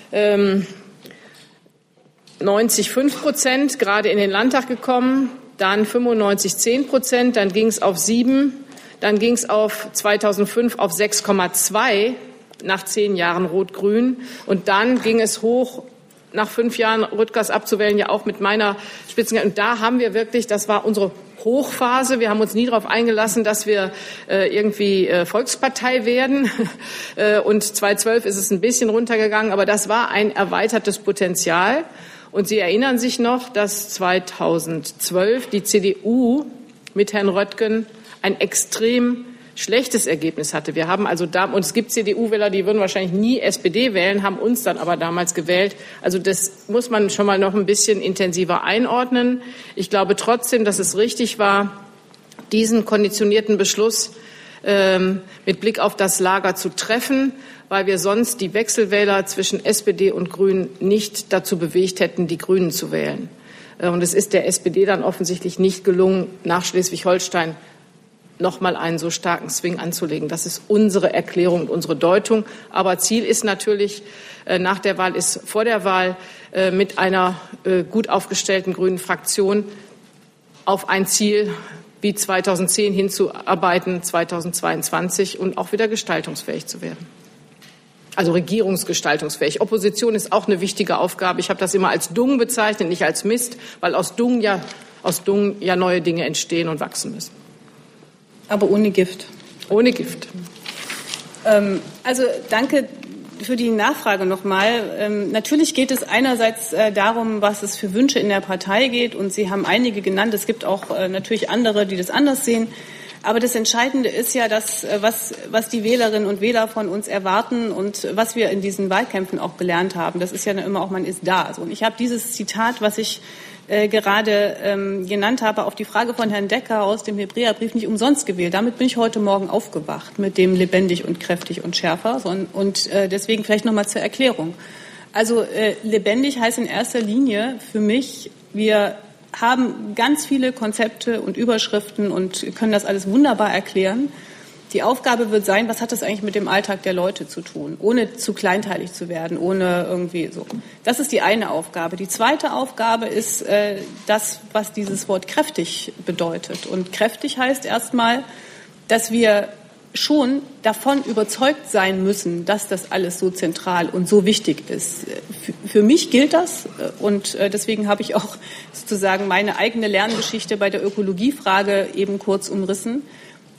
90,5% gerade in den Landtag gekommen, dann 95,10%, dann ging es auf 7%, dann ging es auf 2005 auf 6,2% nach 10 Jahren Rot-Grün und dann ging es hoch nach 5 Jahren Rüttgers abzuwählen, ja auch mit meiner Spitzenkandidatin. Und da haben wir wirklich, das war unsere Hochphase. Wir haben uns nie darauf eingelassen, dass wir irgendwie Volkspartei werden. Und 2012 ist es ein bisschen runtergegangen, aber das war ein erweitertes Potenzial. Und Sie erinnern sich noch, dass 2012 die CDU mit Herrn Röttgen ein extrem schlechtes Ergebnis hatte. Wir haben also da, und es gibt CDU-Wähler, die würden wahrscheinlich nie SPD wählen, haben uns dann aber damals gewählt. Also das muss man schon mal noch ein bisschen intensiver einordnen. Ich glaube trotzdem, dass es richtig war, diesen konditionierten Beschluss mit Blick auf das Lager zu treffen, weil wir sonst die Wechselwähler zwischen SPD und Grünen nicht dazu bewegt hätten, die Grünen zu wählen. Und es ist der SPD dann offensichtlich nicht gelungen, nach Schleswig-Holstein noch mal einen so starken Swing anzulegen. Das ist unsere Erklärung und unsere Deutung. Aber Ziel ist natürlich, nach der Wahl ist vor der Wahl, mit einer gut aufgestellten grünen Fraktion auf ein Ziel wie 2010 hinzuarbeiten, 2022 und auch wieder gestaltungsfähig zu werden. Also regierungsgestaltungsfähig. Opposition ist auch eine wichtige Aufgabe. Ich habe das immer als Dung bezeichnet, nicht als Mist, weil aus Dung ja neue Dinge entstehen und wachsen müssen. Aber ohne Gift. Ohne Gift. Also danke für die Nachfrage nochmal. Natürlich geht es einerseits darum, was es für Wünsche in der Partei geht. Und Sie haben einige genannt. Es gibt auch natürlich andere, die das anders sehen. Aber das Entscheidende ist ja, dass, was die Wählerinnen und Wähler von uns erwarten und was wir in diesen Wahlkämpfen auch gelernt haben. Das ist ja immer auch, man ist da. Und ich habe dieses Zitat, was ich gerade genannt habe, auf die Frage von Herrn Decker aus dem Hebräerbrief nicht umsonst gewählt. Damit bin ich heute Morgen aufgewacht, mit dem lebendig und kräftig und schärfer. Und deswegen vielleicht nochmal zur Erklärung. Also lebendig heißt in erster Linie für mich, wir haben ganz viele Konzepte und Überschriften und können das alles wunderbar erklären. Die Aufgabe wird sein, was hat das eigentlich mit dem Alltag der Leute zu tun, ohne zu kleinteilig zu werden, ohne irgendwie so. Das ist die eine Aufgabe. Die zweite Aufgabe ist das, was dieses Wort kräftig bedeutet. Und kräftig heißt erstmal, dass wir schon davon überzeugt sein müssen, dass das alles so zentral und so wichtig ist. Für mich gilt das und deswegen habe ich auch sozusagen meine eigene Lerngeschichte bei der Ökologiefrage eben kurz umrissen.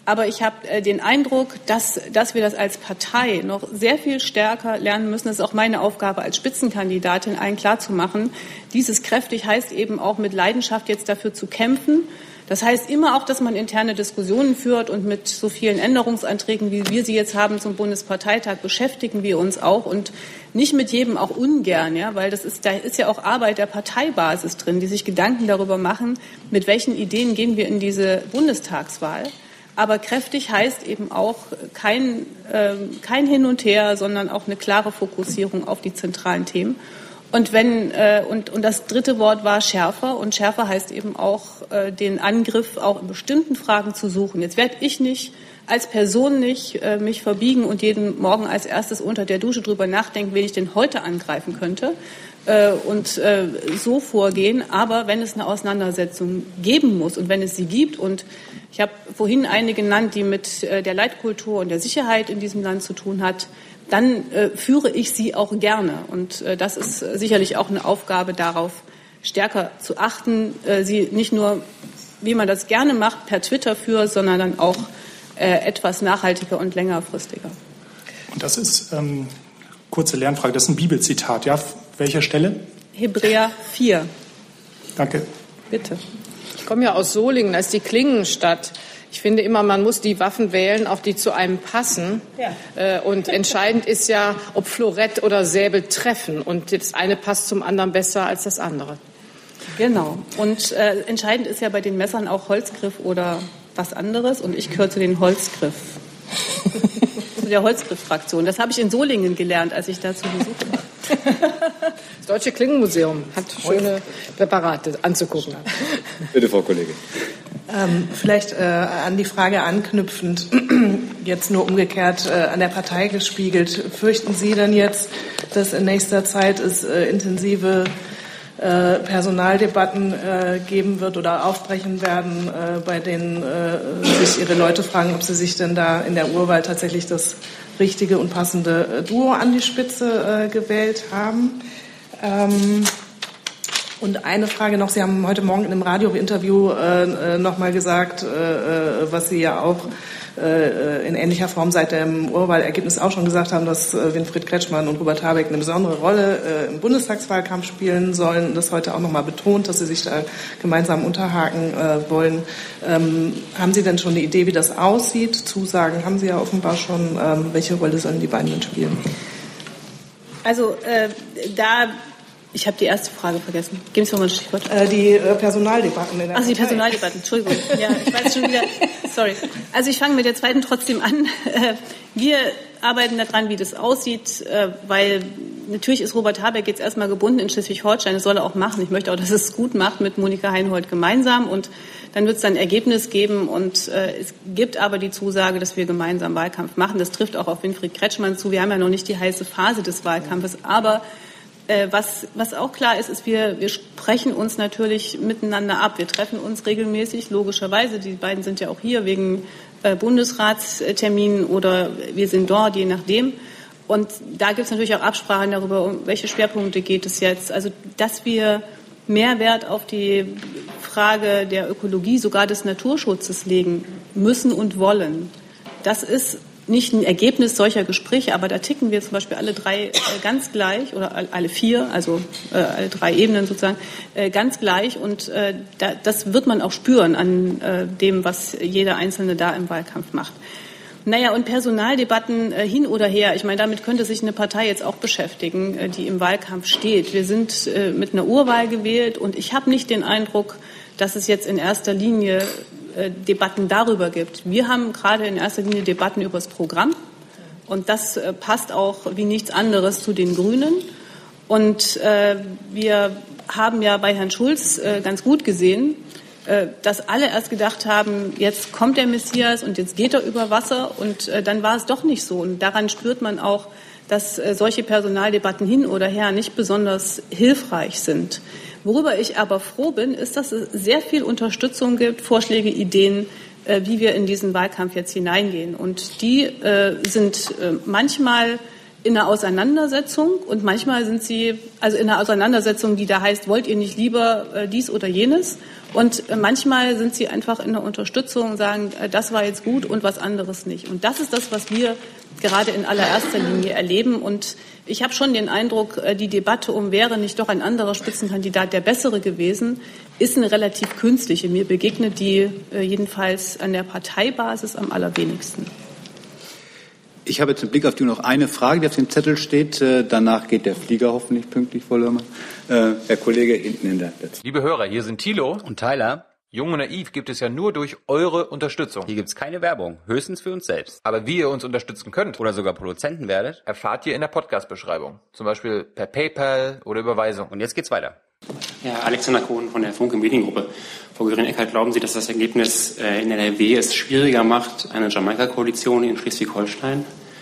Aber ich habe den Eindruck, dass wir das als Partei noch sehr viel stärker lernen müssen. Das ist auch meine Aufgabe als Spitzenkandidatin, allen klarzumachen. Dieses kräftig heißt eben auch mit Leidenschaft jetzt dafür zu kämpfen. Das heißt immer auch, dass man interne Diskussionen führt und mit so vielen Änderungsanträgen, wie wir sie jetzt haben zum Bundesparteitag, beschäftigen wir uns auch und nicht mit jedem auch ungern, ja, weil da ist ja auch Arbeit der Parteibasis drin, die sich Gedanken darüber machen, mit welchen Ideen gehen wir in diese Bundestagswahl. Aber kräftig heißt eben auch kein Hin und Her, sondern auch eine klare Fokussierung auf die zentralen Themen. Und und das dritte Wort war schärfer. Und schärfer heißt eben auch, den Angriff auch in bestimmten Fragen zu suchen. Jetzt werde ich nicht als Person nicht mich verbiegen und jeden Morgen als erstes unter der Dusche drüber nachdenken, wen ich denn heute angreifen könnte. Und so vorgehen. Aber wenn es eine Auseinandersetzung geben muss und wenn es sie gibt, und ich habe vorhin eine genannt, die mit der Leitkultur und der Sicherheit in diesem Land zu tun hat, dann führe ich sie auch gerne. Und das ist sicherlich auch eine Aufgabe, darauf stärker zu achten, sie nicht nur, wie man das gerne macht, per Twitter führt, sondern dann auch etwas nachhaltiger und längerfristiger. Und das ist, kurze Lernfrage, das ist ein Bibelzitat, ja? Welcher Stelle? Hebräer 4. Danke. Bitte. Ich komme ja aus Solingen, da ist die Klingenstadt. Ich finde immer, man muss die Waffen wählen, auch die zu einem passen. Ja. Und entscheidend ist ja, ob Florett oder Säbel treffen. Und das eine passt zum anderen besser als das andere. Genau. Und entscheidend ist ja bei den Messern auch Holzgriff oder was anderes. Und ich gehöre zu den Holzgriff. Zu der Holzgriff-Fraktion. Das habe ich in Solingen gelernt, als ich dazu besucht war. Das Deutsche Klingenmuseum hat schöne Präparate anzugucken. Bitte, Frau Kollegin. Vielleicht an die Frage anknüpfend, jetzt nur umgekehrt an der Partei gespiegelt. Fürchten Sie denn jetzt, dass in nächster Zeit es intensive Personaldebatten geben wird oder aufbrechen werden, bei denen sich Ihre Leute fragen, ob sie sich denn da in der Urwahl tatsächlich das richtige und passende Duo an die Spitze gewählt haben? Und eine Frage noch, Sie haben heute Morgen in einem Radiointerview noch mal gesagt, was Sie ja auch in ähnlicher Form seit dem Urwahlergebnis auch schon gesagt haben, dass Winfried Kretschmann und Robert Habeck eine besondere Rolle im Bundestagswahlkampf spielen sollen. Das heute auch noch mal betont, dass Sie sich da gemeinsam unterhaken wollen. Haben Sie denn schon eine Idee, wie das aussieht? Zusagen haben Sie ja offenbar schon. Welche Rolle sollen die beiden denn spielen? Also ich habe die erste Frage vergessen. Geben Sie mir mal ein Stichwort. Die Personaldebatten in der Partei. Die Personaldebatten, Entschuldigung. Ja, ich weiß schon wieder. Sorry. Also ich fange mit der zweiten trotzdem an. Wir arbeiten daran, wie das aussieht, weil natürlich ist Robert Habeck jetzt erstmal gebunden in Schleswig-Holstein. Das soll er auch machen. Ich möchte auch, dass es gut macht mit Monika Heinhold gemeinsam. Und dann wird es ein Ergebnis geben. Und es gibt aber die Zusage, dass wir gemeinsam Wahlkampf machen. Das trifft auch auf Winfried Kretschmann zu. Wir haben ja noch nicht die heiße Phase des Wahlkampfes. Aber was auch klar ist, wir sprechen uns natürlich miteinander ab. Wir treffen uns regelmäßig, logischerweise. Die beiden sind ja auch hier wegen Bundesratsterminen oder wir sind dort, je nachdem. Und da gibt es natürlich auch Absprachen darüber, um welche Schwerpunkte geht es jetzt. Also, dass wir mehr Wert auf die Frage der Ökologie, sogar des Naturschutzes legen müssen und wollen. Das ist nicht ein Ergebnis solcher Gespräche, aber da ticken wir zum Beispiel alle drei ganz gleich oder alle vier, also alle drei Ebenen sozusagen, ganz gleich. Und das wird man auch spüren an dem, was jeder Einzelne da im Wahlkampf macht. Naja, und Personaldebatten hin oder her, ich meine, damit könnte sich eine Partei jetzt auch beschäftigen, die im Wahlkampf steht. Wir sind mit einer Urwahl gewählt und ich habe nicht den Eindruck, dass es jetzt in erster Linie Debatten darüber gibt. Wir haben gerade in erster Linie Debatten über das Programm und das passt auch wie nichts anderes zu den Grünen. Und wir haben ja bei Herrn Schulz ganz gut gesehen, dass alle erst gedacht haben, jetzt kommt der Messias und jetzt geht er über Wasser und dann war es doch nicht so. Und daran spürt man auch, dass solche Personaldebatten hin oder her nicht besonders hilfreich sind. Worüber ich aber froh bin, ist, dass es sehr viel Unterstützung gibt, Vorschläge, Ideen, wie wir in diesen Wahlkampf jetzt hineingehen. Und die sind manchmal in einer Auseinandersetzung und manchmal sind sie, also in einer Auseinandersetzung, die da heißt, wollt ihr nicht lieber dies oder jenes? Und manchmal sind sie einfach in der Unterstützung und sagen, das war jetzt gut und was anderes nicht. Und das ist das, was wir gerade in allererster Linie erleben. Und ich habe schon den Eindruck, die Debatte wäre nicht doch ein anderer Spitzenkandidat der bessere gewesen, ist eine relativ künstliche. Mir begegnet die jedenfalls an der Parteibasis am allerwenigsten. Ich habe jetzt im Blick auf die noch eine Frage, die auf dem Zettel steht. Danach geht der Flieger hoffentlich pünktlich, Frau Löhrmann. Herr Kollege hinten in der letzten. Liebe Hörer, hier sind Thilo und Tyler. Jung und Naiv gibt es ja nur durch eure Unterstützung. Hier gibt es keine Werbung, höchstens für uns selbst. Aber wie ihr uns unterstützen könnt oder sogar Produzenten werdet, erfahrt ihr in der Podcast-Beschreibung. Zum Beispiel per PayPal oder Überweisung. Und jetzt geht's weiter. Ja, Alexander Kohn von der Funke Mediengruppe. Frau Göring-Eckardt, glauben Sie, dass das Ergebnis in NRW es schwieriger macht, eine Jamaika-Koalition in Schleswig-Holstein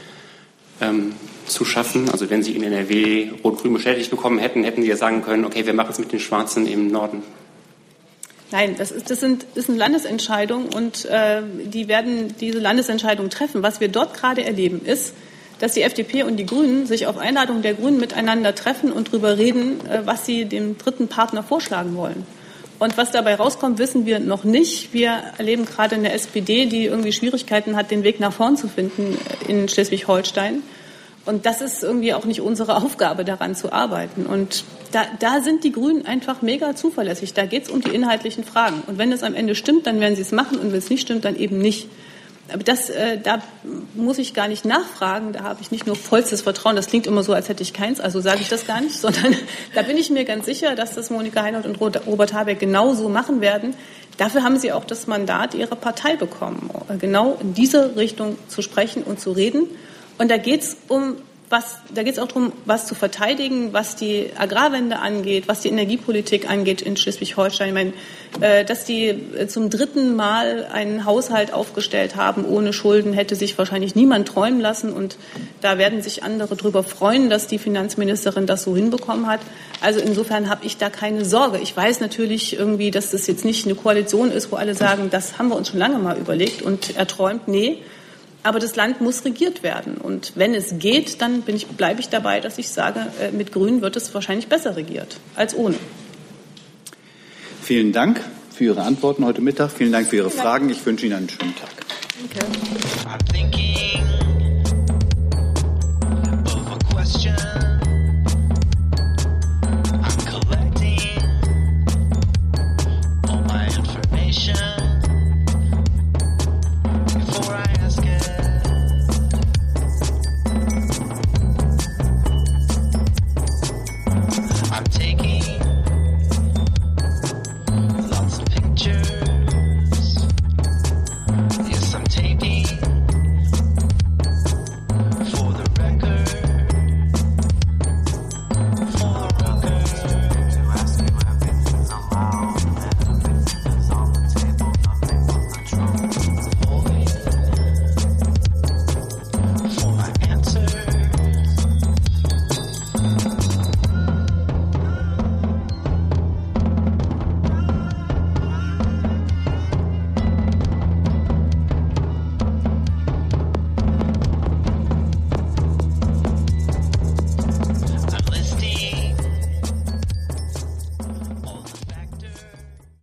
zu schaffen? Also wenn Sie in NRW Rot-Grün bestätigt bekommen hätten, hätten Sie ja sagen können, okay, wir machen es mit den Schwarzen im Norden. Nein, das ist eine Landesentscheidung und die werden diese Landesentscheidung treffen. Was wir dort gerade erleben, ist, dass die FDP und die Grünen sich auf Einladung der Grünen miteinander treffen und darüber reden, was sie dem dritten Partner vorschlagen wollen. Und was dabei rauskommt, wissen wir noch nicht. Wir erleben gerade eine SPD, die irgendwie Schwierigkeiten hat, den Weg nach vorn zu finden in Schleswig-Holstein. Und das ist irgendwie auch nicht unsere Aufgabe, daran zu arbeiten. Und da sind die Grünen einfach mega zuverlässig. Da geht es um die inhaltlichen Fragen. Und wenn es am Ende stimmt, dann werden sie es machen. Und wenn es nicht stimmt, dann eben nicht. Aber da muss ich gar nicht nachfragen. Da habe ich nicht nur vollstes Vertrauen. Das klingt immer so, als hätte ich keins. Also sage ich das gar nicht. Sondern da bin ich mir ganz sicher, dass das Monika Heinert und Robert Habeck genauso machen werden. Dafür haben sie auch das Mandat ihrer Partei bekommen, genau in diese Richtung zu sprechen und zu reden. Und da geht es auch darum, was zu verteidigen, was die Agrarwende angeht, was die Energiepolitik angeht in Schleswig-Holstein. Ich meine, dass die zum dritten Mal einen Haushalt aufgestellt haben ohne Schulden, hätte sich wahrscheinlich niemand träumen lassen. Und da werden sich andere darüber freuen, dass die Finanzministerin das so hinbekommen hat. Also insofern habe ich da keine Sorge. Ich weiß natürlich irgendwie, dass das jetzt nicht eine Koalition ist, wo alle sagen, das haben wir uns schon lange mal überlegt und erträumt. Nee. Aber das Land muss regiert werden. Und wenn es geht, dann bleibe ich dabei, dass ich sage, mit Grünen wird es wahrscheinlich besser regiert als ohne. Vielen Dank für Ihre Antworten heute Mittag. Vielen Dank für Ihre Fragen. Ich wünsche Ihnen einen schönen Tag. Danke.